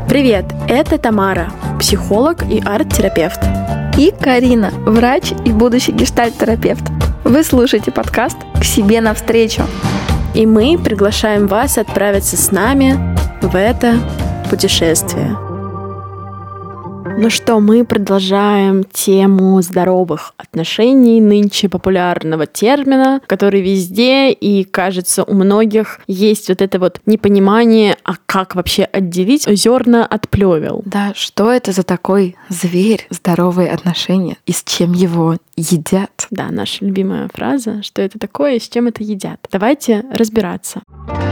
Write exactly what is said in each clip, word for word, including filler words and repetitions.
Привет, это Тамара, психолог и арт-терапевт. И Карина, врач и будущий гештальт-терапевт. Вы слушаете подкаст «К себе навстречу». И мы приглашаем вас отправиться с нами в это путешествие. Ну что, мы продолжаем тему здоровых отношений, нынче популярного термина, который везде, и, кажется, у многих есть вот это вот непонимание, а как вообще отделить зерна от плевел. Да, что это за такой зверь здоровые отношения и с чем его едят? Да, наша любимая фраза, что это такое и с чем это едят. Давайте разбираться.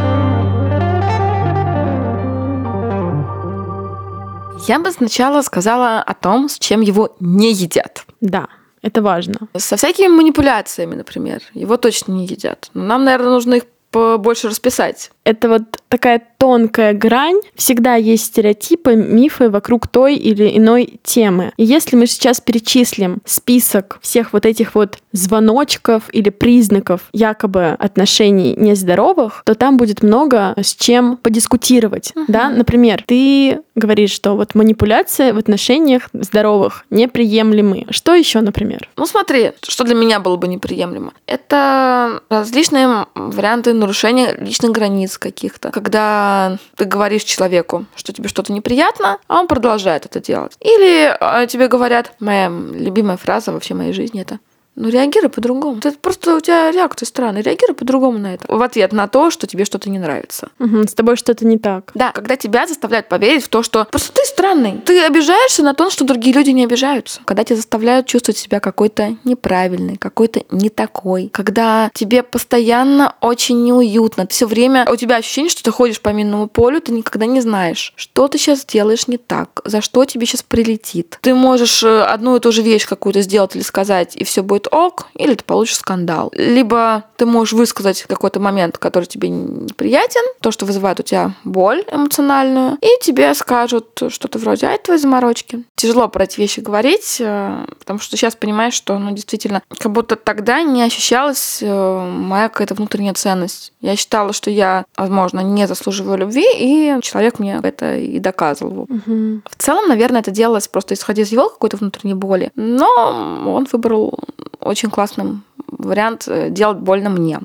Я бы сначала сказала о том, с чем его не едят. Да, это важно. Со всякими манипуляциями, например. Его точно не едят. Но нам, наверное, нужно их побольше расписать. Это вот такая тонкая грань. Всегда есть стереотипы, мифы вокруг той или иной темы. И если мы сейчас перечислим список всех вот этих вот звоночков или признаков якобы отношений нездоровых, то там будет много с чем подискутировать. Uh-huh. Да? Например, ты говоришь, что вот манипуляции в отношениях здоровых неприемлемы. Что еще, например? Ну смотри, что для меня было бы неприемлемо. Это различные варианты нарушения личных границ каких-то. Когда ты говоришь человеку, что тебе что-то неприятно, а он продолжает это делать. Или тебе говорят, моя любимая фраза вообще в моей жизни это: ну, реагируй по-другому. Это просто у тебя реакция странная. Реагируй по-другому на это. В ответ на то, что тебе что-то не нравится. Угу, с тобой что-то не так. Да, когда тебя заставляют поверить в то, что просто ты странный. Ты обижаешься на то, что другие люди не обижаются. Когда тебя заставляют чувствовать себя какой-то неправильный, какой-то не такой. Когда тебе постоянно очень неуютно. Все время у тебя ощущение, что ты ходишь по минному полю, ты никогда не знаешь, что ты сейчас делаешь не так, за что тебе сейчас прилетит. Ты можешь одну и ту же вещь какую-то сделать или сказать, и все будет ок, или ты получишь скандал. Либо ты можешь высказать какой-то момент, который тебе неприятен, то, что вызывает у тебя боль эмоциональную, и тебе скажут что-то вроде: ай, твои заморочки. Тяжело про эти вещи говорить, потому что сейчас понимаешь, что ну, действительно, как будто тогда не ощущалась моя какая-то внутренняя ценность. Я считала, что я, возможно, не заслуживаю любви, и человек мне это и доказывал. Угу. В целом, наверное, это делалось просто исходя из его какой-то внутренней боли, но он выбрал очень классный вариант делать больно мне.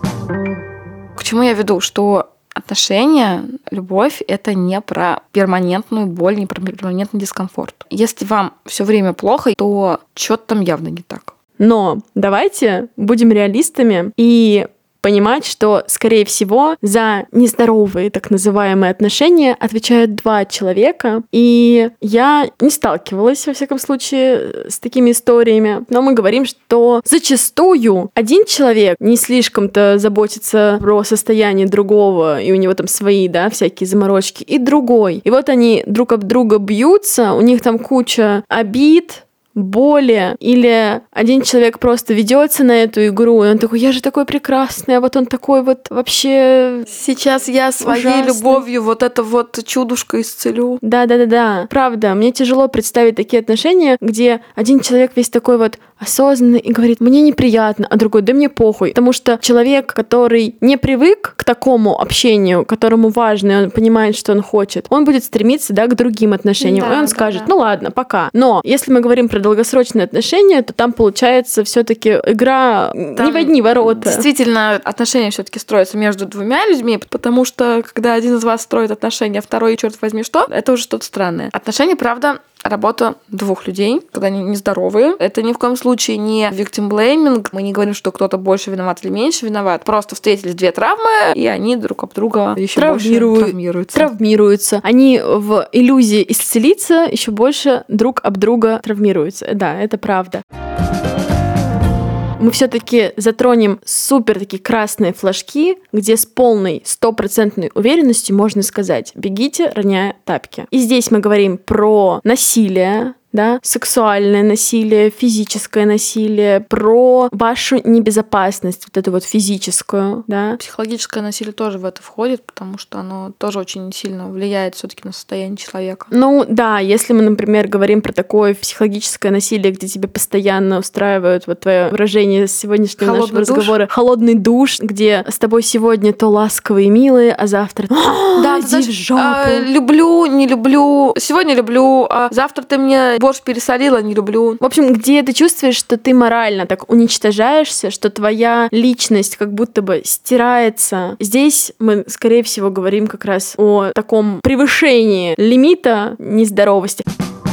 К чему я веду? Что отношения, любовь — это не про перманентную боль, не про перманентный дискомфорт. Если вам все время плохо, то что-то там явно не так. Но давайте будем реалистами и понимать, что, скорее всего, за нездоровые так называемые отношения отвечают два человека. И я не сталкивалась, во всяком случае, с такими историями. Но мы говорим, что зачастую один человек не слишком-то заботится про состояние другого, и у него там свои, да, всякие заморочки, и другой. И вот они друг об друга бьются, у них там куча обид, боли, или один человек просто ведется на эту игру, и он такой: я же такой прекрасный, а вот он такой вот вообще сейчас я своей ужасный. Любовью вот это вот чудушка исцелю. Да-да-да-да, правда, мне тяжело представить такие отношения, где один человек весь такой вот осознанный и говорит: мне неприятно, а другой: да мне похуй. Потому что человек, который не привык к такому общению, которому важно, и он понимает, что он хочет, он будет стремиться, да, к другим отношениям, да, и он да, скажет: да. ну ладно, пока. Но если мы говорим про долгосрочные отношения, то там получается все-таки игра там не в одни ворота. Действительно, отношения все-таки строятся между двумя людьми, потому что когда один из вас строит отношения, а второй, черт возьми, что, это уже что-то странное. Отношения, правда, работа двух людей, когда они нездоровые. Это ни в коем случае не victim blaming. Мы не говорим, что кто-то больше виноват или меньше виноват. Просто встретились две травмы, и они друг об друга еще Травмируют, больше травмируются. Травмируются. Они в иллюзии исцелиться еще больше друг об друга травмируются. Да, это правда. Мы все-таки затронем супер такие красные флажки, где с полной стопроцентной уверенностью можно сказать: бегите, роняя тапки. И здесь мы говорим про насилие, да, сексуальное насилие, физическое насилие, про вашу небезопасность, вот эту вот физическую, да. Психологическое насилие тоже в это входит, потому что оно тоже очень сильно влияет все-таки на состояние человека. Ну да, если мы, например, говорим про такое психологическое насилие, где тебе постоянно устраивают, вот твое выражение сегодняшнего Холодный нашего душ. разговора, холодный душ, где с тобой сегодня то ласковые и милые, а завтра Да, иди знаешь, в жопу. а, люблю, не люблю, сегодня люблю, а завтра ты мне борщ пересолила, не люблю. В общем, где ты чувствуешь, что ты морально так уничтожаешься, что твоя личность как будто бы стирается. Здесь мы, скорее всего, говорим как раз о таком превышении лимита нездоровости.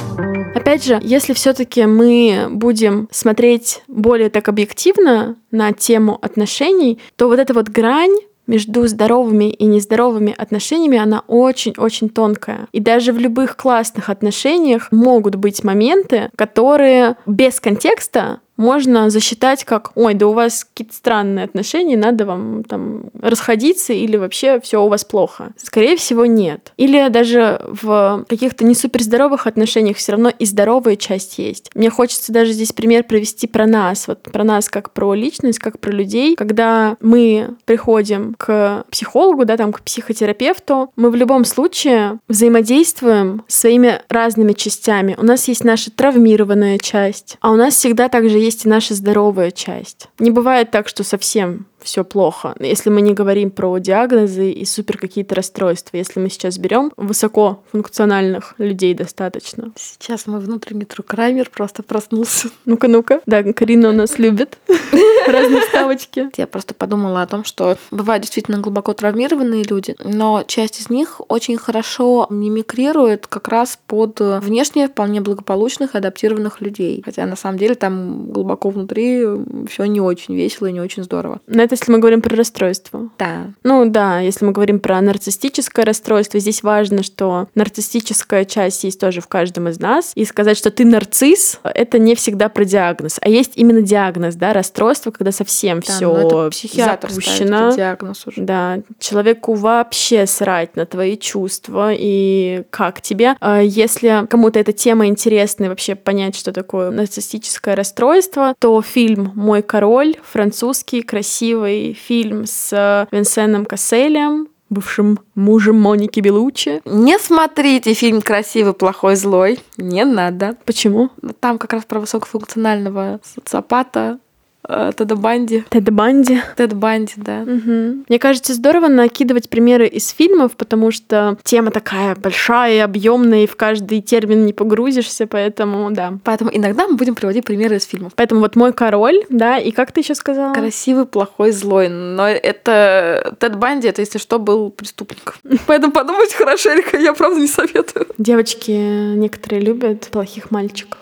Опять же, если все-таки мы будем смотреть более так объективно на тему отношений, то вот эта вот грань между здоровыми и нездоровыми отношениями, она очень-очень тонкая. И даже в любых классных отношениях могут быть моменты, которые без контекста можно засчитать как: ой, да у вас какие-то странные отношения, надо вам там расходиться, или вообще все у вас плохо. Скорее всего, нет. Или даже в каких-то не суперздоровых отношениях все равно и здоровая часть есть. Мне хочется даже здесь пример привести про нас. Вот про нас как про личность, как про людей. Когда мы приходим к психологу, да, там, к психотерапевту, мы в любом случае взаимодействуем с своими разными частями. У нас есть наша травмированная часть, а у нас всегда также есть и наша здоровая часть. Не бывает так, что совсем все плохо. Если мы не говорим про диагнозы и супер какие-то расстройства. Если мы сейчас берем высокофункциональных людей достаточно. Сейчас мой внутренний трукраймер просто проснулся. Ну-ка, ну-ка. Да, Карина у нас любит разные вставочки. Я просто подумала о том, что бывают действительно глубоко травмированные люди, но часть из них очень хорошо мимикрирует как раз под внешне вполне благополучных, адаптированных людей. Хотя на самом деле там глубоко внутри все не очень весело и не очень здорово. Но это если мы говорим про расстройство. Да. Ну да, если мы говорим про нарциссическое расстройство, здесь важно, что нарциссическая часть есть тоже в каждом из нас. И сказать, что ты нарцисс, это не всегда про диагноз. А есть именно диагноз, да, расстройство, когда совсем Да, все психиатр запущено. Диагноз уже. Да, человеку вообще срать на твои чувства и как тебе. Если кому-то эта тема интересна и вообще понять, что такое нарциссическое расстройство, то фильм «Мой король», французский, красивый фильм с Винсеном Касселем, бывшим мужем Моники Беллуччи. Не смотрите фильм «Красивый, плохой, злой». Не надо. Почему? Там как раз про высокофункционального социопата Теда Банди. Теда Банди. Тед Банди, да. Угу. Мне кажется, здорово накидывать примеры из фильмов, потому что тема такая большая, объемная, и в каждый термин не погрузишься, поэтому да. Поэтому иногда мы будем приводить примеры из фильмов. Поэтому вот «Мой король», да, и как ты еще сказала? Красивый, плохой, злой. Но это Тед Банди, это, если что, был преступник. Поэтому подумайте хорошенько, я правда не советую. Девочки некоторые любят плохих мальчиков.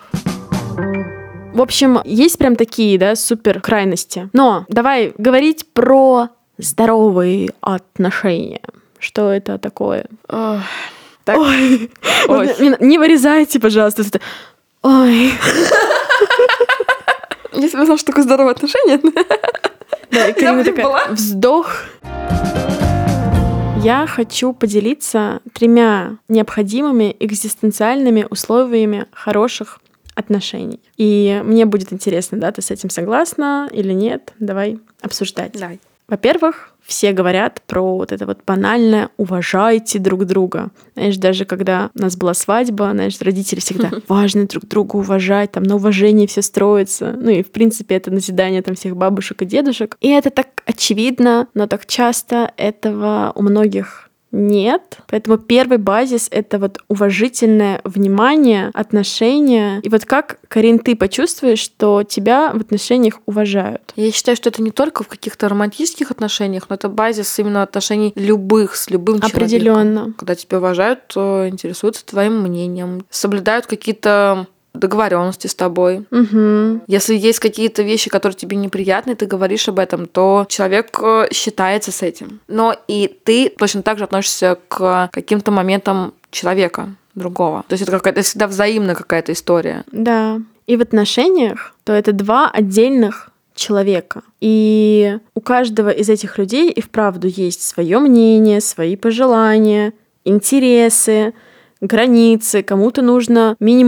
В общем, есть прям такие, да, супер крайности. Но давай говорить про здоровые отношения. Что это такое? Ох, так. Ой. Ой. Вот, не, не вырезайте, пожалуйста. Это... Ой. Если бы знал, что такое здоровые отношения. Да, и Карина Я такая, была. вздох. Я хочу поделиться тремя необходимыми экзистенциальными условиями хороших отношений. И мне будет интересно, да, ты с этим согласна или нет? Давай обсуждать. Давай. Во-первых, все говорят про вот это вот банальное «уважайте друг друга». Знаешь, даже когда у нас была свадьба, знаешь, родители всегда «важно друг друга уважать», там на уважении все строится. Ну и, в принципе, это назидание там всех бабушек и дедушек. И это так очевидно, но так часто этого у многих нет. Поэтому первый базис — это вот уважительное внимание, отношения. И вот как, Карин, ты почувствуешь, что тебя в отношениях уважают? Я считаю, что это не только в каких-то романтических отношениях, но это базис именно отношений любых с любым человеком. Определенно. Когда тебя уважают, то интересуются твоим мнением, соблюдают какие-то договоренности с тобой. Угу. Если есть какие-то вещи, которые тебе неприятны, ты говоришь об этом, то человек считается с этим. Но и ты точно так же относишься к каким-то моментам человека другого. То есть это какая-то всегда взаимная какая-то история. Да. И в отношениях, то это два отдельных человека. И у каждого из этих людей и вправду есть свое мнение, свои пожелания, интересы, границы. Кому-то нужно минимум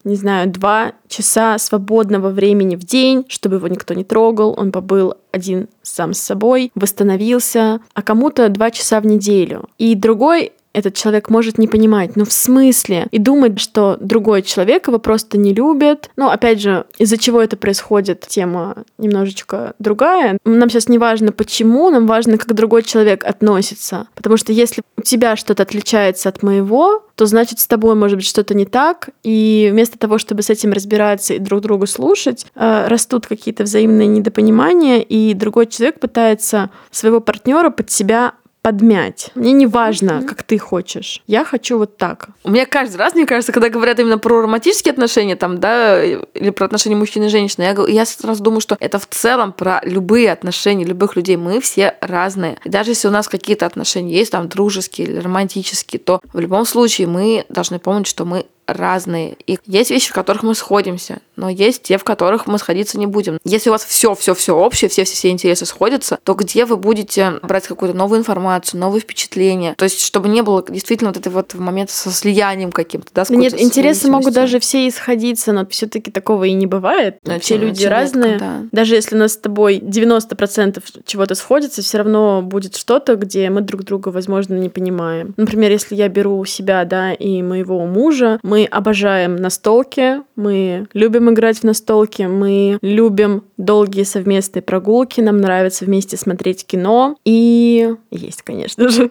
не знаю, два часа свободного времени в день, чтобы его никто не трогал, он побыл один сам с собой, восстановился, а кому-то два часа в неделю. И другой этот человек может не понимать, ну в смысле? И думать, что другой человек его просто не любит. Ну, опять же, из-за чего это происходит, тема немножечко другая. Нам сейчас не важно почему, нам важно, как другой человек относится. Потому что если у тебя что-то отличается от моего, то значит с тобой может быть что-то не так. И вместо того, чтобы с этим разбираться и друг другу слушать, растут какие-то взаимные недопонимания, и другой человек пытается своего партнера под себя подмять. Мне не важно, mm-hmm. как ты хочешь. Я хочу вот так. У меня каждый раз, мне кажется, когда говорят именно про романтические отношения, там, да, или про отношения мужчины и женщины, я, я сразу думаю, что это в целом про любые отношения любых людей. Мы все разные. И даже если у нас какие-то отношения есть, там, дружеские или романтические, то в любом случае мы должны помнить, что мы разные. И есть вещи, в которых мы сходимся, но есть те, в которых мы сходиться не будем. Если у вас все, все, все общее, все, все, все интересы сходятся, то где вы будете брать какую-то новую информацию, новые впечатления? То есть, чтобы не было действительно вот этого вот момента со слиянием каким-то, да, с Нет, интересы могут даже все и сходиться, но все-таки такого и не бывает. Да, все люди разные. Редко, да. Даже если у нас с тобой девяносто процентов чего-то сходится, все равно будет что-то, где мы друг друга, возможно, не понимаем. Например, если я беру себя, да, и моего мужа, мы Мы обожаем настолки, мы любим играть в настолки, мы любим долгие совместные прогулки, нам нравится вместе смотреть кино и есть, конечно же.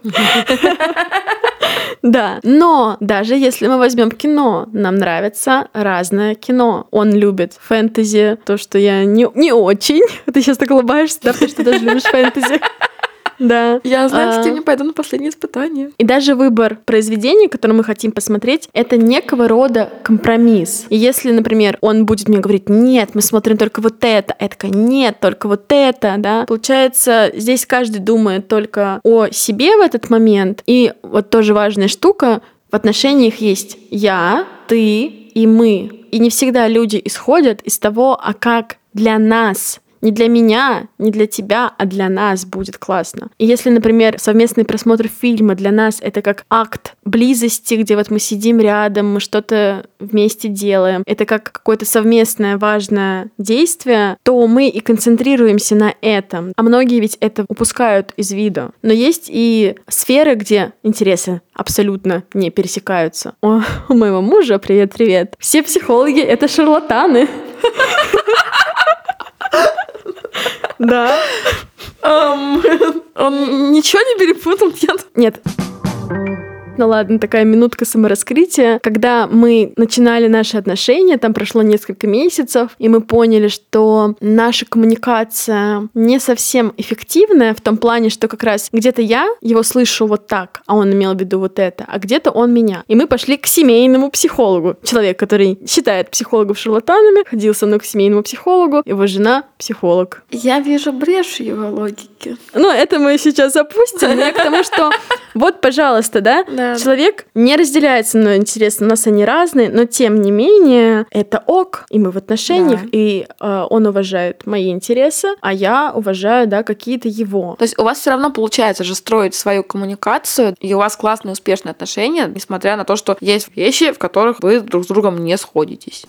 Да, но даже если мы возьмем кино, нам нравится разное кино. Он любит фэнтези, то, что я не, не очень. Ты сейчас так улыбаешься, да, потому что ты даже любишь фэнтези. Да. Я знаю, с кем я пойду на последнее испытание. И даже выбор произведений, которые мы хотим посмотреть, это некого рода компромисс. И если, например, он будет мне говорить: нет, мы смотрим только вот это, а я такая: нет, только вот это, да. Получается, здесь каждый думает только о себе в этот момент. И вот тоже важная штука, в отношениях есть я, ты и мы. И не всегда люди исходят из того, а как для нас. Не для меня, не для тебя, а для нас будет классно. И если, например, совместный просмотр фильма для нас — это как акт близости, где вот мы сидим рядом, мы что-то вместе делаем, это как какое-то совместное важное действие, то мы и концентрируемся на этом. А многие ведь это упускают из виду. Но есть и сферы, где интересы абсолютно не пересекаются. У, у моего мужа, привет-привет, все психологи — это шарлатаны. Да. Um, он ничего не перепутал, нет? Нет. Ну ладно, такая минутка самораскрытия. Когда мы начинали наши отношения, там прошло несколько месяцев, и мы поняли, что наша коммуникация не совсем эффективная в том плане, что как раз где-то я его слышу вот так, а он имел в виду вот это, а где-то он меня. И мы пошли к семейному психологу. Человек, который считает психологов шарлатанами, ходил со мной к семейному психологу, его жена — психолог. Я вижу брешь в его логике. Ну, это мы сейчас опустим. Я к тому, что вот, пожалуйста, да, да. Человек не разделяет со мной интересы, у нас они разные, но тем не менее это ок, и мы в отношениях, да. и э, он уважает мои интересы, а я уважаю, да, какие-то его. То есть у вас все равно получается же строить свою коммуникацию, и у вас классные, успешные отношения, несмотря на то, что есть вещи, в которых вы друг с другом не сходитесь.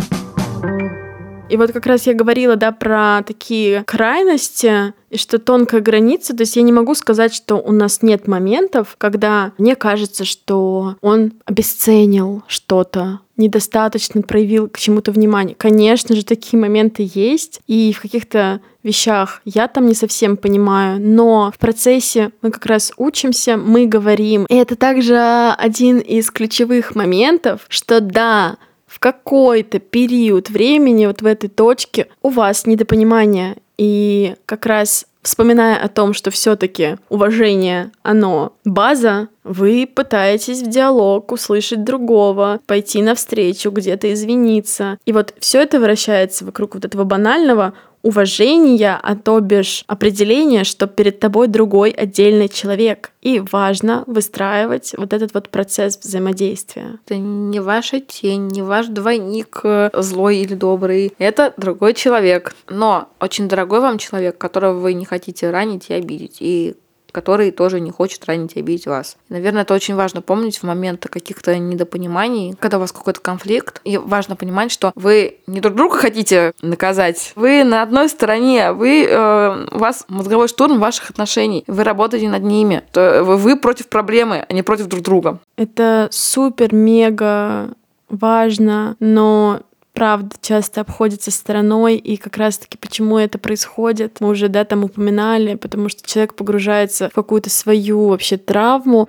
И вот как раз я говорила, да, про такие крайности, и что тонкая граница, то есть я не могу сказать, что у нас нет моментов, когда мне кажется, что он обесценил что-то, недостаточно проявил к чему-то внимание. Конечно же, такие моменты есть, и в каких-то вещах я там не совсем понимаю, но в процессе мы как раз учимся, мы говорим. И это также один из ключевых моментов, что да, в какой-то период времени вот в этой точке у вас недопонимание. И как раз вспоминая о том, что все-таки уважение, оно база, вы пытаетесь в диалог услышать другого, пойти навстречу, где-то извиниться. И вот все это вращается вокруг вот этого банального уважения, а то бишь определения, что перед тобой другой отдельный человек. И важно выстраивать вот этот вот процесс взаимодействия. Это не ваша тень, не ваш двойник злой или добрый. Это другой человек. Но очень дорогой вам человек, которого вы не хотите ранить и обидеть. И который тоже не хочет ранить и обидеть вас. И, наверное, это очень важно помнить в моменты каких-то недопониманий, когда у вас какой-то конфликт. И важно понимать, что вы не друг друга хотите наказать, вы на одной стороне, вы, э, у вас мозговой штурм ваших отношений, вы работаете над ними, то вы, вы против проблемы, а не против друг друга. Это супер-мега важно, но правда часто обходится стороной, и как раз-таки почему это происходит, мы уже, да, там упоминали, потому что человек погружается в какую-то свою вообще травму.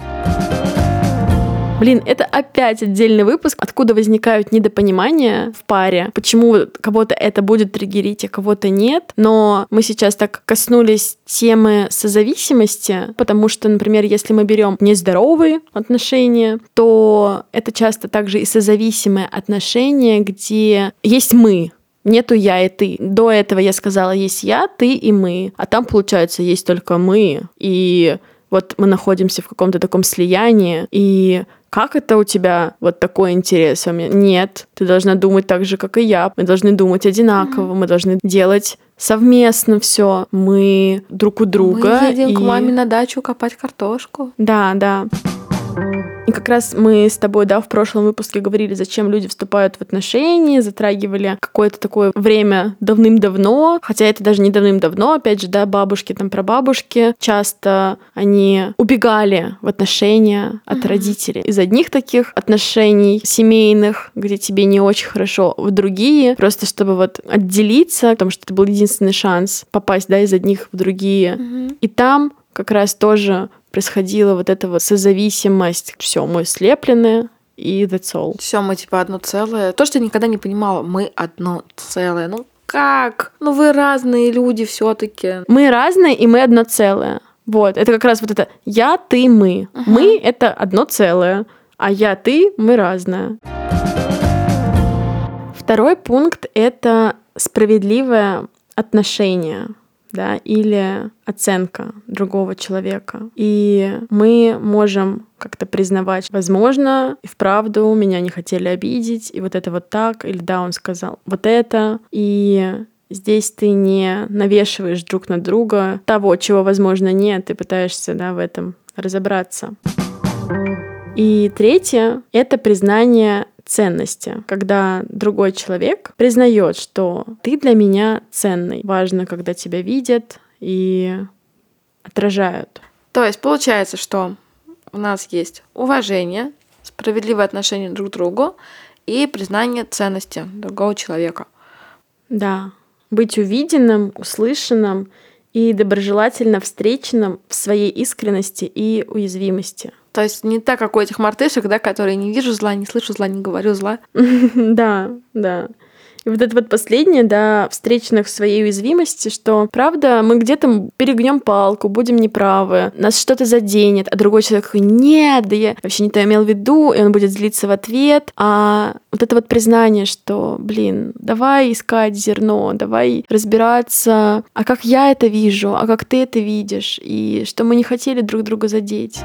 Блин, это опять отдельный выпуск, откуда возникают недопонимания в паре, почему кого-то это будет триггерить, а кого-то нет. Но мы сейчас так коснулись темы созависимости, потому что, например, если мы берем нездоровые отношения, то это часто также и созависимые отношения, где есть мы, нету я и ты. До этого я сказала, есть я, ты и мы. А там, получается, есть только мы. И вот мы находимся в каком-то таком слиянии, и как это у тебя вот такой интерес? А у меня нет. Ты должна думать так же, как и я. Мы должны думать одинаково. Mm-hmm. Мы должны делать совместно все. Мы друг у друга. Мы едем и... к маме на дачу копать картошку. Да, да. И как раз мы с тобой, да, в прошлом выпуске говорили, зачем люди вступают в отношения, затрагивали какое-то такое время давным-давно, хотя это даже не давным-давно, опять же, да, бабушки, там, прабабушки, часто они убегали в отношения от mm-hmm. родителей. Из одних таких отношений семейных, где тебе не очень хорошо, в другие, просто чтобы вот отделиться, потому что это был единственный шанс попасть, да, из одних в другие. Mm-hmm. И там как раз тоже происходила вот эта вот созависимость. Все, мы слеплены, и that's all. Все, мы типа одно целое. То, что я никогда не понимала, мы одно целое. Ну как? Ну вы разные люди все-таки. Мы разные, и мы одно целое. Вот, это как раз вот это я, ты, мы. Uh-huh. Мы — это одно целое, а я, ты, мы разное. Второй пункт — это справедливое отношение. Да, или оценка другого человека. И мы можем как-то признавать, возможно, и вправду меня не хотели обидеть, и вот это вот так, или да, он сказал вот это, и здесь ты не навешиваешь друг на друга того, чего, возможно, нет, ты пытаешься, да, в этом разобраться. И третье — это признание ценности, когда другой человек признает, что ты для меня ценный. Важно, когда тебя видят и отражают. То есть получается, что у нас есть уважение, справедливое отношение друг к другу и признание ценности другого человека. Да. Быть увиденным, услышанным и доброжелательно встреченным в своей искренности и уязвимости. То есть не так, как у этих мартышек, да, которые не вижу зла, не слышу зла, не говорю зла. Да, да. И вот это вот последнее, да, встреченных в своей уязвимости, что, правда, мы где-то перегнем палку, будем неправы, нас что-то заденет, а другой человек такой, нет, да я вообще не то имел в виду, и он будет злиться в ответ. А вот это вот признание, что, блин, давай искать зерно, давай разбираться, а как я это вижу, а как ты это видишь, и что мы не хотели друг друга задеть.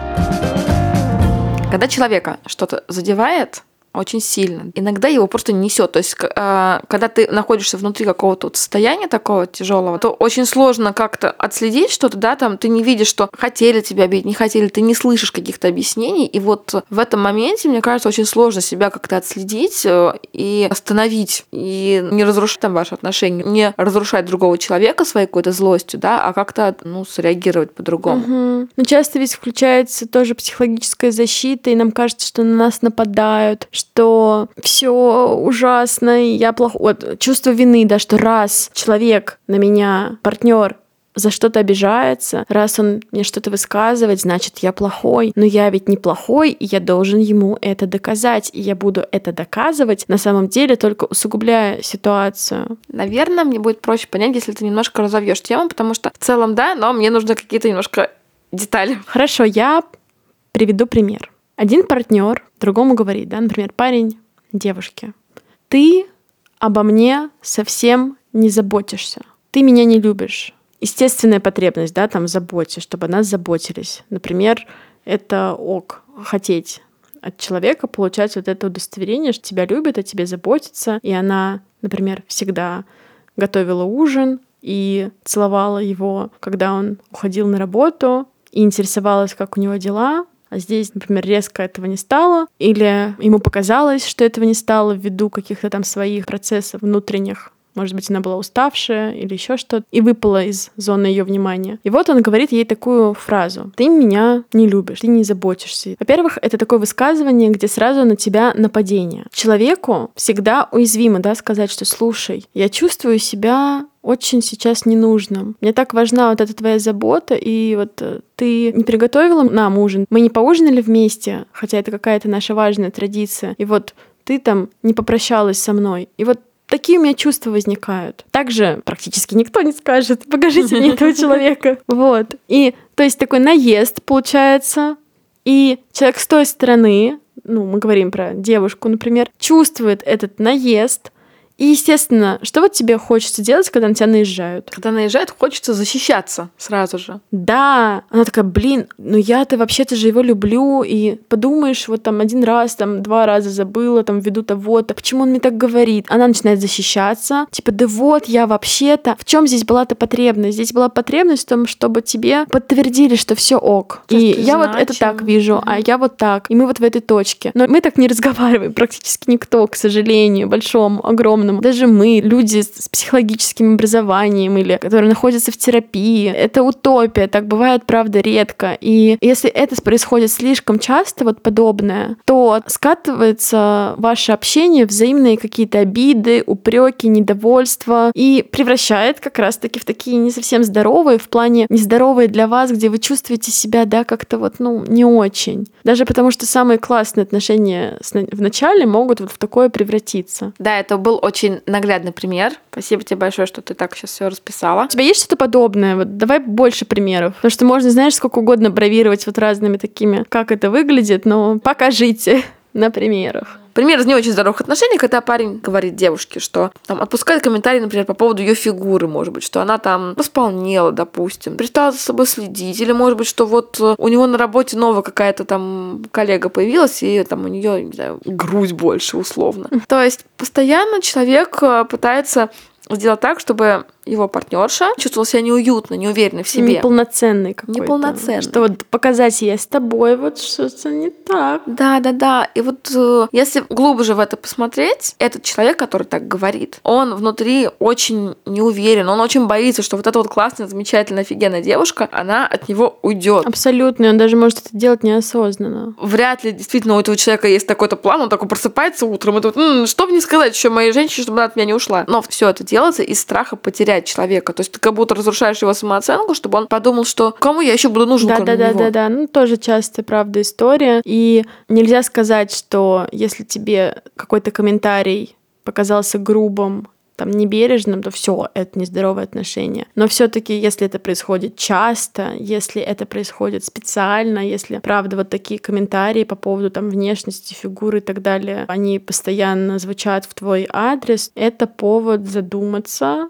Когда человека что-то задевает очень сильно, иногда его просто несет. То есть, когда ты находишься внутри какого-то вот состояния такого тяжелого, то очень сложно как-то отследить что-то, да, там ты не видишь, что хотели тебя обидеть, не хотели, ты не слышишь каких-то объяснений. И вот в этом моменте, мне кажется, очень сложно себя как-то отследить и остановить, и не разрушать там ваши отношения, не разрушать другого человека своей какой-то злостью, да, а как-то, ну, среагировать по-другому. Угу. Но часто ведь включается тоже психологическая защита, и нам кажется, что на нас нападают, что все ужасно, и я плохой. Вот, чувство вины, да, что раз человек на меня, партнер, за что-то обижается, раз он мне что-то высказывает, значит, я плохой. Но я ведь не плохой, и я должен ему это доказать. И я буду это доказывать, на самом деле, только усугубляя ситуацию. Наверное, мне будет проще понять, если ты немножко разовьешь тему, потому что в целом, да, но мне нужны какие-то немножко детали. Хорошо, я приведу пример. Один партнер другому говорит, да, например, парень девушке: ты обо мне совсем не заботишься, ты меня не любишь. Естественная потребность, да, там заботе, чтобы о нас заботились. Например, это ок, хотеть от человека получать вот это удостоверение, что тебя любят, о тебе заботятся, и она, например, всегда готовила ужин и целовала его, когда он уходил на работу, и интересовалась, как у него дела, а здесь, например, резко этого не стало, или ему показалось, что этого не стало ввиду каких-то там своих процессов внутренних. Может быть, она была уставшая или еще что-то, и выпала из зоны ее внимания. И вот он говорит ей такую фразу: «Ты меня не любишь, ты не заботишься». Во-первых, это такое высказывание, где сразу на тебя нападение. Человеку всегда уязвимо, да, сказать, что «слушай, я чувствую себя очень сейчас ненужным. Мне так важна вот эта твоя забота, и вот ты не приготовила нам ужин, мы не поужинали вместе, хотя это какая-то наша важная традиция, и вот ты там не попрощалась со мной, и вот такие у меня чувства возникают». Также практически никто не скажет: «Покажите мне этого человека». Вот. И то есть такой наезд получается, и человек с той стороны, ну, мы говорим про девушку, например, чувствует этот наезд. И, естественно, что вот тебе хочется делать, когда на тебя наезжают? Когда наезжают, хочется защищаться сразу же. Да. Она такая: блин, ну я-то вообще-то же его люблю, и подумаешь, вот там один раз, там два раза забыла, там ввиду того-то, почему он мне так говорит? Она начинает защищаться, типа: да вот, я вообще-то... В чем здесь была-то потребность? Здесь была потребность в том, чтобы тебе подтвердили, что все ок. То и значим. я вот это так вижу, mm-hmm. а я вот так. И мы вот в этой точке. Но мы так не разговариваем практически никто, к сожалению, большому, огромному. Даже мы, люди с психологическим образованием или которые находятся в терапии, это утопия, так бывает, правда, редко. И если это происходит слишком часто, вот подобное, то скатывается ваше общение в взаимные какие-то обиды, упреки, недовольства и превращает как раз-таки в такие не совсем здоровые, в плане нездоровые для вас, где вы чувствуете себя, да, как-то вот, ну, не очень. Даже потому что самые классные отношения в начале могут вот в такое превратиться. Да, это был очень наглядный пример. Спасибо тебе большое, что ты так сейчас все расписала. У тебя есть что-то подобное? Вот давай больше примеров. Потому что можно, знаешь, сколько угодно бравировать вот разными такими, как это выглядит, но покажите на примерах. Пример из не очень здоровых отношений, когда парень говорит девушке, что там отпускает комментарии, например, по поводу ее фигуры, может быть, что она там располнела, допустим, перестала за собой следить, или, может быть, что вот у него на работе новая какая-то там коллега появилась, и там у нее, не знаю, грудь больше, условно. То есть постоянно человек пытается сделать так, чтобы его партнерша чувствовала себя неуютно, неуверенно в себе. Неполноценный какой-то. Неполноценный. Что вот показать: я с тобой, вот что-то не так. Да-да-да. И вот э, если глубже в это посмотреть, этот человек, который так говорит, он внутри очень неуверен, он очень боится, что вот эта вот классная, замечательная, офигенная девушка, она от него уйдет. Абсолютно. Он даже может это делать неосознанно. Вряд ли действительно у этого человека есть такой-то план, он такой просыпается утром и думает: м-м, что мне сказать еще моей женщине, чтобы она от меня не ушла. Но все это делается из страха потерять человека. То есть ты как будто разрушаешь его самооценку, чтобы он подумал, что кому я еще буду нужен, да, кроме да, него. Да, да, да. Ну, тоже часто, правда, история. И нельзя сказать, что если тебе какой-то комментарий показался грубым, там, небережным, то все, это нездоровые отношения. Но все-таки, если это происходит часто, если это происходит специально, если, правда, вот такие комментарии по поводу там внешности, фигуры и так далее, они постоянно звучат в твой адрес, это повод задуматься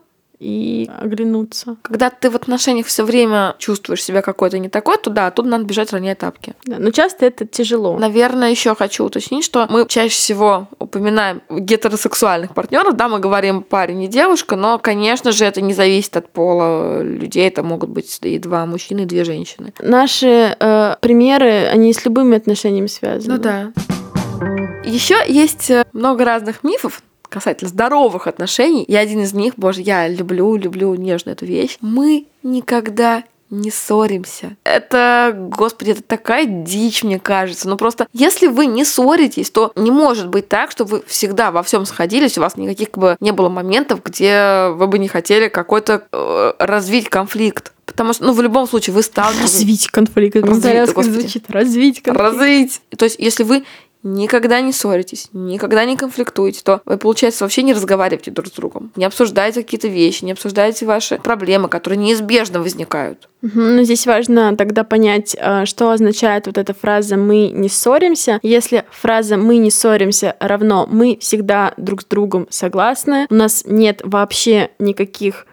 и оглянуться. Когда ты в отношениях все время чувствуешь себя какой-то не такой, то да, тут надо бежать, ронять тапки. Да, но часто это тяжело. Наверное, еще хочу уточнить, что мы чаще всего упоминаем гетеросексуальных партнеров, да, мы говорим парень и девушка, но, конечно же, это не зависит от пола людей, это могут быть и два мужчины, и две женщины. Наши э, примеры, они с любыми отношениями связаны. Ну да. Еще есть много разных мифов касательно здоровых отношений. И один из них, боже, я люблю, люблю нежную эту вещь. Мы никогда не ссоримся. Это, господи, это такая дичь, мне кажется. Ну просто, если вы не ссоритесь, то не может быть так, что вы всегда во всем сходились, у вас никаких бы не было моментов, где вы бы не хотели какой-то э, развить конфликт. Потому что, ну, в любом случае, вы сталкиваетесь... Развить конфликт. Развить, звучит. Развить конфликт. Развить. То есть, если вы никогда не ссоритесь, никогда не конфликтуете, то вы, получается, вообще не разговариваете друг с другом, не обсуждаете какие-то вещи, не обсуждаете ваши проблемы, которые неизбежно возникают. Угу, но здесь важно тогда понять, что означает вот эта фраза «мы не ссоримся». Если фраза «мы не ссоримся» равно «мы всегда друг с другом согласны», у нас нет вообще никаких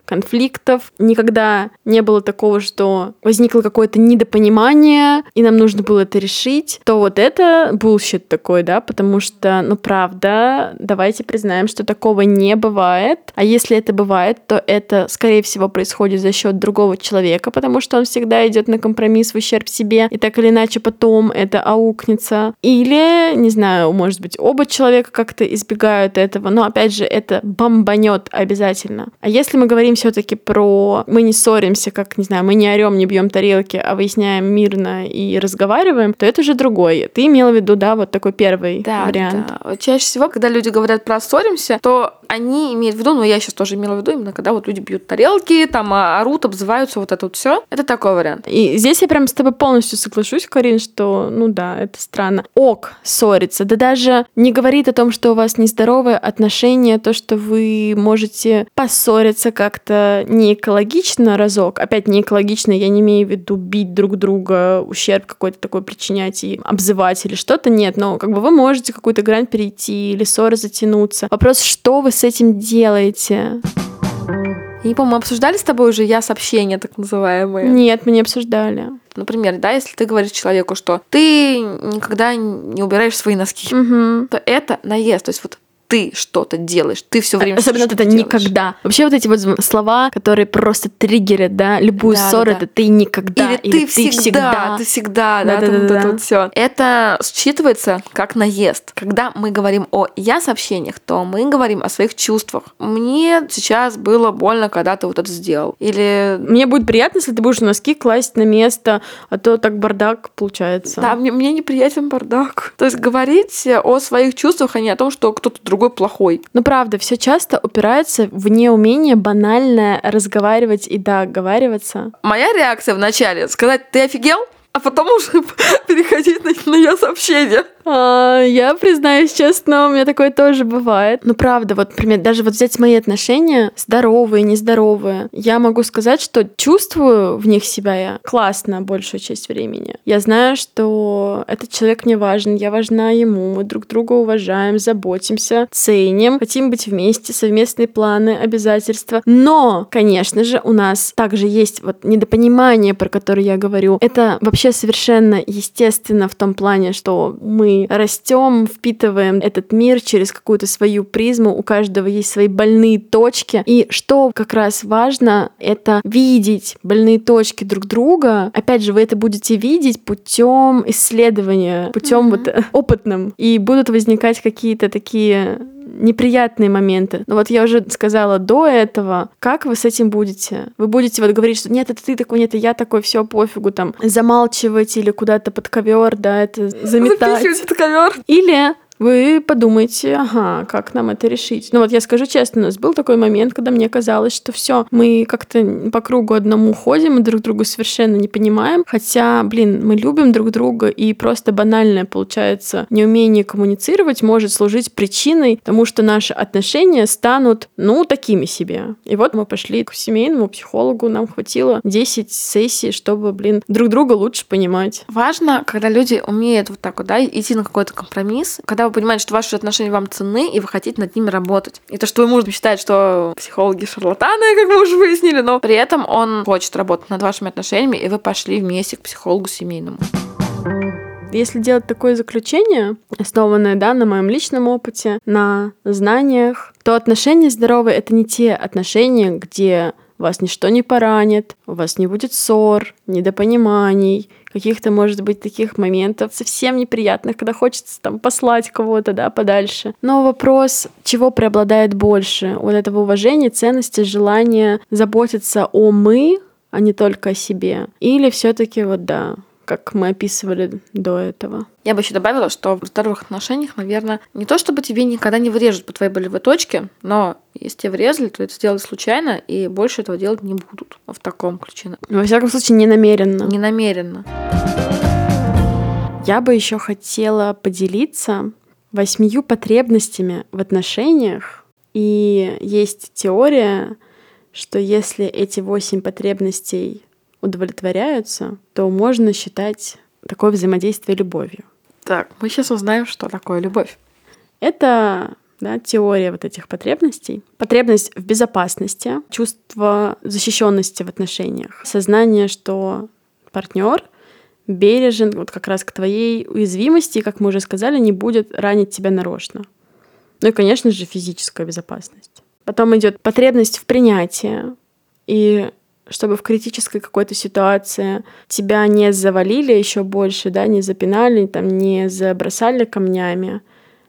конфликтов, никогда не было такого, что возникло какое-то недопонимание, и нам нужно было это решить, то вот это bullshit такой, да, потому что, ну, правда, давайте признаем, что такого не бывает, а если это бывает, то это, скорее всего, происходит за счет другого человека, потому что он всегда идет на компромисс в ущерб себе, и так или иначе потом это аукнется. Или, не знаю, может быть, оба человека как-то избегают этого, но, опять же, это бомбанет обязательно. А если мы говорим все-таки про мы не ссоримся, как, не знаю, мы не орем, не бьем тарелки, а выясняем мирно и разговариваем, то это уже другой. Ты имела в виду, да, вот такой первый да, вариант. Да. Чаще всего, когда люди говорят про ссоримся, то они имеют в виду, ну, я сейчас тоже имела в виду, именно когда вот люди бьют тарелки, там орут, обзываются, вот это вот все. Это такой вариант. И здесь я прям с тобой полностью соглашусь, Карин, что, ну да, это странно. Ок, ссориться. Да даже не говорит о том, что у вас нездоровые отношения, то, что вы можете поссориться как-то не экологично разок. Опять не экологично, я не имею в виду бить друг друга, ущерб какой-то такой причинять и обзывать или что-то. Нет, но как бы вы можете какую-то грань перейти или ссоры затянуться. Вопрос, что вы с этим делаете? Я не помню, мы обсуждали с тобой уже я-сообщения, так называемые? Нет, мы не обсуждали. Например, да, если ты говоришь человеку, что ты никогда не убираешь свои носки, угу. то это наезд. То есть вот ты что-то делаешь, ты все время особенно вот это делаешь. никогда. Вообще вот эти вот слова, которые просто триггерят, да, любую да, ссору, да, это да. ты никогда, или, или ты, ты всегда, всегда, ты всегда, да, да, да, там да, вот да. это вот все. Это считывается как наезд. Когда мы говорим о я-сообщениях, то мы говорим о своих чувствах. Мне сейчас было больно, когда ты вот это сделал. Или мне будет приятно, если ты будешь носки класть на место, а то так бардак получается. Да, мне, мне неприятен бардак. То есть говорить о своих чувствах, а не о том, что кто-то другой плохой. Ну, правда, все часто упирается в неумение банально разговаривать и договариваться. Моя реакция вначале сказать: ты офигел? А потом уже переходить на, на я-сообщение. А, я признаюсь честно, у меня такое тоже бывает. Ну, правда, вот, например, даже вот взять мои отношения, здоровые, нездоровые, я могу сказать, что чувствую в них себя я классно большую часть времени. Я знаю, что этот человек мне важен, я важна ему, мы друг друга уважаем, заботимся, ценим, хотим быть вместе, совместные планы, обязательства. Но, конечно же, у нас также есть вот недопонимание, про которое я говорю. Это вообще совершенно естественно в том плане, что мы растем, впитываем этот мир через какую-то свою призму, у каждого есть свои больные точки. И что как раз важно, это видеть больные точки друг друга. Опять же, вы это будете видеть путем исследования, путем mm-hmm. вот опытным. И будут возникать какие-то такие неприятные моменты. Но вот я уже сказала до этого, как вы с этим будете? Вы будете вот говорить, что нет, это ты такой, нет, это я такой, все пофигу, там, замалчивать или куда-то под ковер, да, это заметать. Запихивать под ковер. Или вы подумаете, ага, как нам это решить? Ну вот я скажу честно, у нас был такой момент, когда мне казалось, что все, мы как-то по кругу одному ходим и друг друга совершенно не понимаем, хотя, блин, мы любим друг друга, и просто банальное, получается, неумение коммуницировать может служить причиной тому, что наши отношения станут, ну, такими себе. И вот мы пошли к семейному психологу, нам хватило десять сессий, чтобы, блин, друг друга лучше понимать. Важно, когда люди умеют вот так вот, да, идти на какой-то компромисс, когда вы понимаете, что ваши отношения вам ценны, и вы хотите над ними работать. И то, что вы, может считать, что психологи шарлатаны, как мы уже выяснили, но при этом он хочет работать над вашими отношениями, и вы пошли вместе к психологу семейному. Если делать такое заключение, основанное, да, на моем личном опыте, на знаниях, то отношения здоровые — это не те отношения, где вас ничто не поранит, у вас не будет ссор, недопониманий, каких-то, может быть, таких моментов совсем неприятных, когда хочется там послать кого-то, да, подальше. Но вопрос, чего преобладает больше? Вот этого уважения, ценности, желания заботиться о «мы», а не только о себе? Или все-таки вот да, как мы описывали до этого? Я бы еще добавила, что в здоровых отношениях, наверное, не то чтобы тебе никогда не врежут по твоей болевой точке, но если тебе врезали, то это сделали случайно, и больше этого делать не будут. В таком ключе. Во всяком случае, не намеренно. Не намеренно. Я бы еще хотела поделиться восьмию потребностями в отношениях. И есть теория, что если эти восемь потребностей удовлетворяются, то можно считать такое взаимодействие любовью. Так, мы сейчас узнаем, что такое любовь. Это да, теория вот этих потребностей. Потребность в безопасности, чувство защищенности в отношениях, сознание, что партнер бережен вот как раз к твоей уязвимости, и, как мы уже сказали, не будет ранить тебя нарочно. Ну и, конечно же, физическая безопасность. Потом идет потребность в принятии, и чтобы в критической какой-то ситуации тебя не завалили еще больше, да, не запинали, там, не забросали камнями,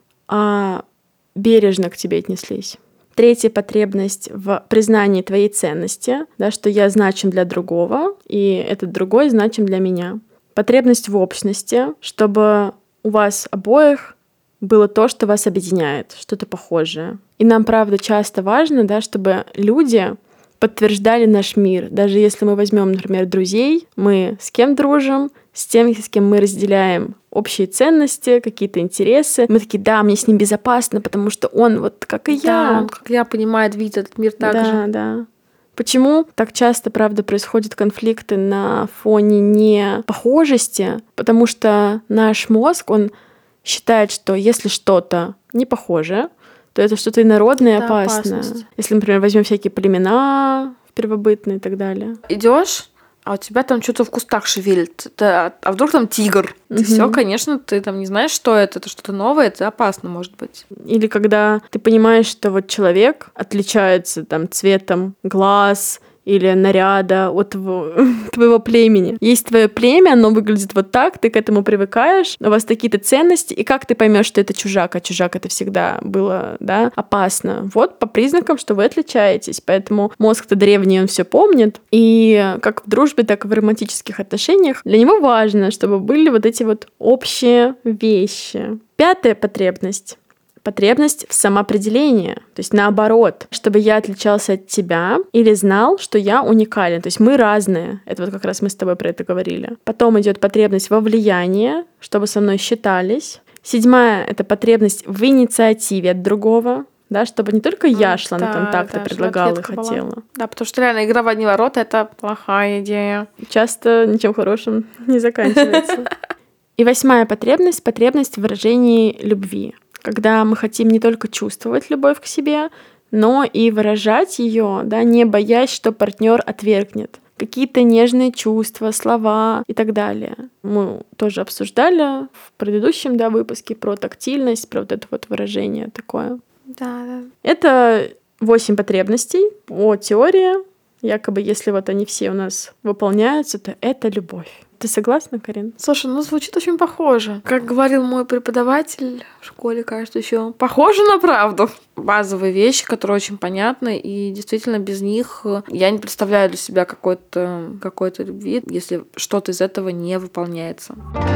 а бережно к тебе отнеслись. Третья потребность в признании твоей ценности, да, что я значим для другого, и этот другой значим для меня. Потребность в общности, чтобы у вас обоих было то, что вас объединяет, что-то похожее. И нам, правда, часто важно, да, чтобы люди подтверждали наш мир. Даже если мы возьмем, например, друзей, мы с кем дружим, с тем, с кем мы разделяем общие ценности, какие-то интересы. Мы такие, да, мне с ним безопасно, потому что он вот как и Да, я. он, как я, понимает, видит этот мир так да, же. Да, да. Почему так часто, правда, происходят конфликты на фоне непохожести? Потому что наш мозг, он считает, что если что-то не похоже, то это что-то инородное и опасное. Опасность. Если, например, возьмем всякие племена первобытные и так далее. Идешь, а у тебя там что-то в кустах шевелит. Это, а вдруг там тигр? Ты Мгм. все, конечно, ты там не знаешь, что это, это что-то новое, это опасно, может быть. Или когда ты понимаешь, что вот человек отличается там цветом глаз или наряда от твоего, твоего племени. Есть твое племя, оно выглядит вот так, ты к этому привыкаешь, у вас такие-то ценности, и как ты поймешь, что это чужак, а чужак это всегда было, да, опасно. Вот по признакам, что вы отличаетесь. Поэтому мозг-то древний, он все помнит. И как в дружбе, так и в романтических отношениях для него важно, чтобы были вот эти вот общие вещи. Пятая потребность. Потребность в самоопределении, то есть наоборот, чтобы я отличался от тебя или знал, что я уникален, то есть мы разные. Это вот как раз мы с тобой про это говорили. Потом идет потребность во влиянии, чтобы со мной считались. Седьмая — это потребность в инициативе от другого, да, чтобы не только я шла Да, на контакт да, и предлагала и чтобы ответка хотела. была. Да, потому что реально игра в одни ворота — это плохая идея. Часто ничем хорошим не заканчивается. И восьмая потребность — потребность в выражении любви. Когда мы хотим не только чувствовать любовь к себе, но и выражать ее, да, не боясь, что партнер отвергнет. Какие-то нежные чувства, слова и так далее. Мы тоже обсуждали в предыдущем, да, выпуске про тактильность, про вот это вот выражение такое. Да, да. Это восемь потребностей по теории. Якобы, если вот они все у нас выполняются, то это любовь. Ты согласна, Карин? Слушай, ну звучит очень похоже. Как говорил мой преподаватель в школе, кажется, еще похоже на правду. Базовые вещи, которые очень понятны, и действительно без них я не представляю для себя какой-то какой-то любви, если что-то из этого не выполняется.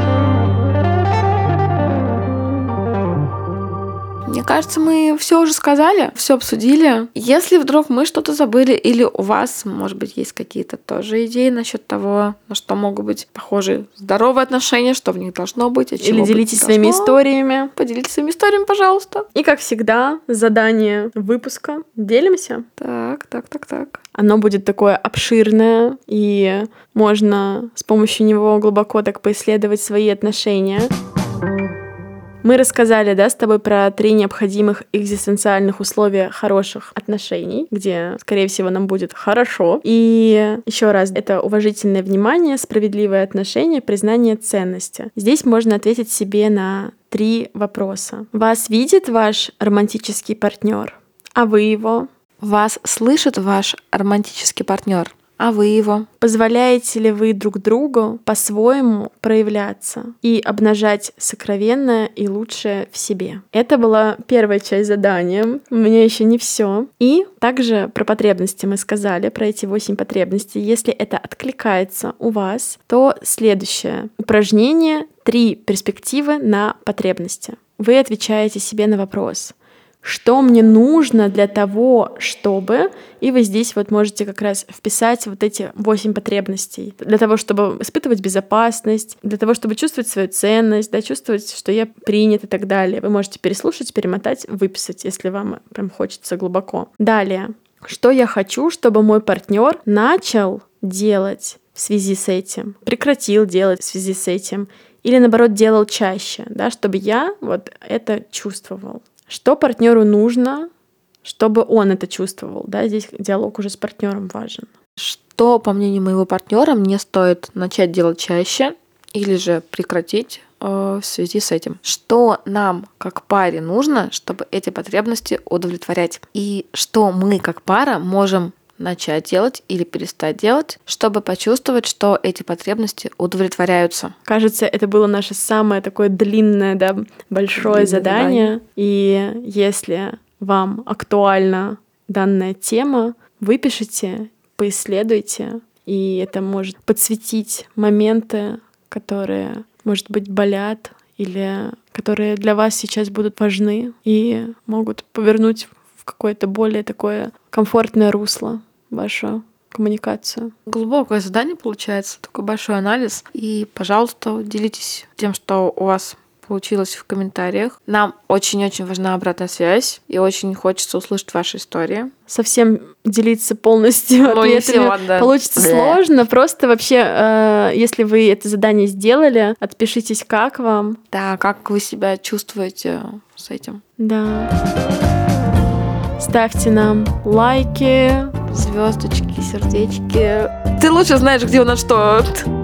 Мне кажется, мы все уже сказали, все обсудили. Если вдруг мы что-то забыли, или у вас, может быть, есть какие-то тоже идеи насчет того, на что могут быть похожи здоровые отношения, что в них должно быть, а чего Или быть делитесь не своими должно. историями. Поделитесь своими историями, пожалуйста. И, как всегда, задание выпуска. Делимся. Так, так, так, так. Оно будет такое обширное, и можно с помощью него глубоко так поисследовать свои отношения. Мы рассказали, да, с тобой про три необходимых экзистенциальных условия хороших отношений, где, скорее всего, нам будет хорошо. И еще раз, это уважительное внимание, справедливое отношение, признание ценности. Здесь можно ответить себе на три вопроса. Вас видит ваш романтический партнер, а вы его? Вас слышит ваш романтический партнер, а вы его? Позволяете ли вы друг другу по-своему проявляться и обнажать сокровенное и лучшее в себе? Это была первая часть задания. У меня еще не все. И также про потребности мы сказали, про эти восемь потребностей. Если это откликается у вас, то следующее упражнение — три перспективы на потребности. Вы отвечаете себе на вопрос: что мне нужно для того, чтобы... И вы здесь вот можете как раз вписать вот эти восемь потребностей. Для того, чтобы испытывать безопасность, для того, чтобы чувствовать свою ценность, да, чувствовать, что я принят и так далее. Вы можете переслушать, перемотать, выписать, если вам прям хочется глубоко. Далее. Что я хочу, чтобы мой партнер начал делать в связи с этим, прекратил делать в связи с этим, или наоборот делал чаще, да, чтобы я вот это чувствовал. что партнеру нужно, чтобы он это чувствовал. Да? Здесь диалог уже с партнером важен. Что, по мнению моего партнера, мне стоит начать делать чаще или же прекратить э, в связи с этим? Что нам, как паре, нужно, чтобы эти потребности удовлетворять? И что мы, как пара, можем начать делать или перестать делать, чтобы почувствовать, что эти потребности удовлетворяются? Кажется, это было наше самое такое длинное, да, большое Длинное задание. задание. И если вам актуальна данная тема, выпишите, поисследуйте, и это может подсветить моменты, которые, может быть, болят или которые для вас сейчас будут важны и могут повернуть в какое-то более такое комфортное русло вашу коммуникацию. Глубокое задание получается, такой большой анализ. И, пожалуйста, делитесь тем, что у вас получилось в комментариях. Нам очень-очень важна обратная связь, и очень хочется услышать ваши истории. Совсем делиться полностью Ну, не ответами всё, да. получится Бля. сложно. Просто вообще, э, если вы это задание сделали, отпишитесь, как вам. Да, как вы себя чувствуете с этим? Да. Ставьте нам лайки. Звездочки, сердечки. Ты лучше знаешь, где у нас что.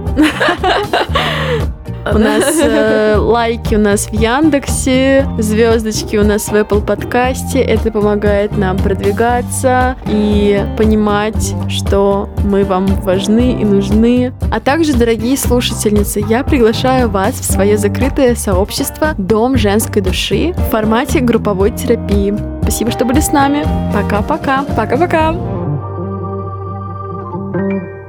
У нас э, лайки у нас в Яндексе, звездочки у нас в Apple подкасте. Это помогает нам продвигаться и понимать, что мы вам важны и нужны. А также, дорогие слушательницы, я приглашаю вас в свое закрытое сообщество «Дом женской души» в формате групповой терапии. Спасибо, что были с нами. Пока-пока. Пока-пока.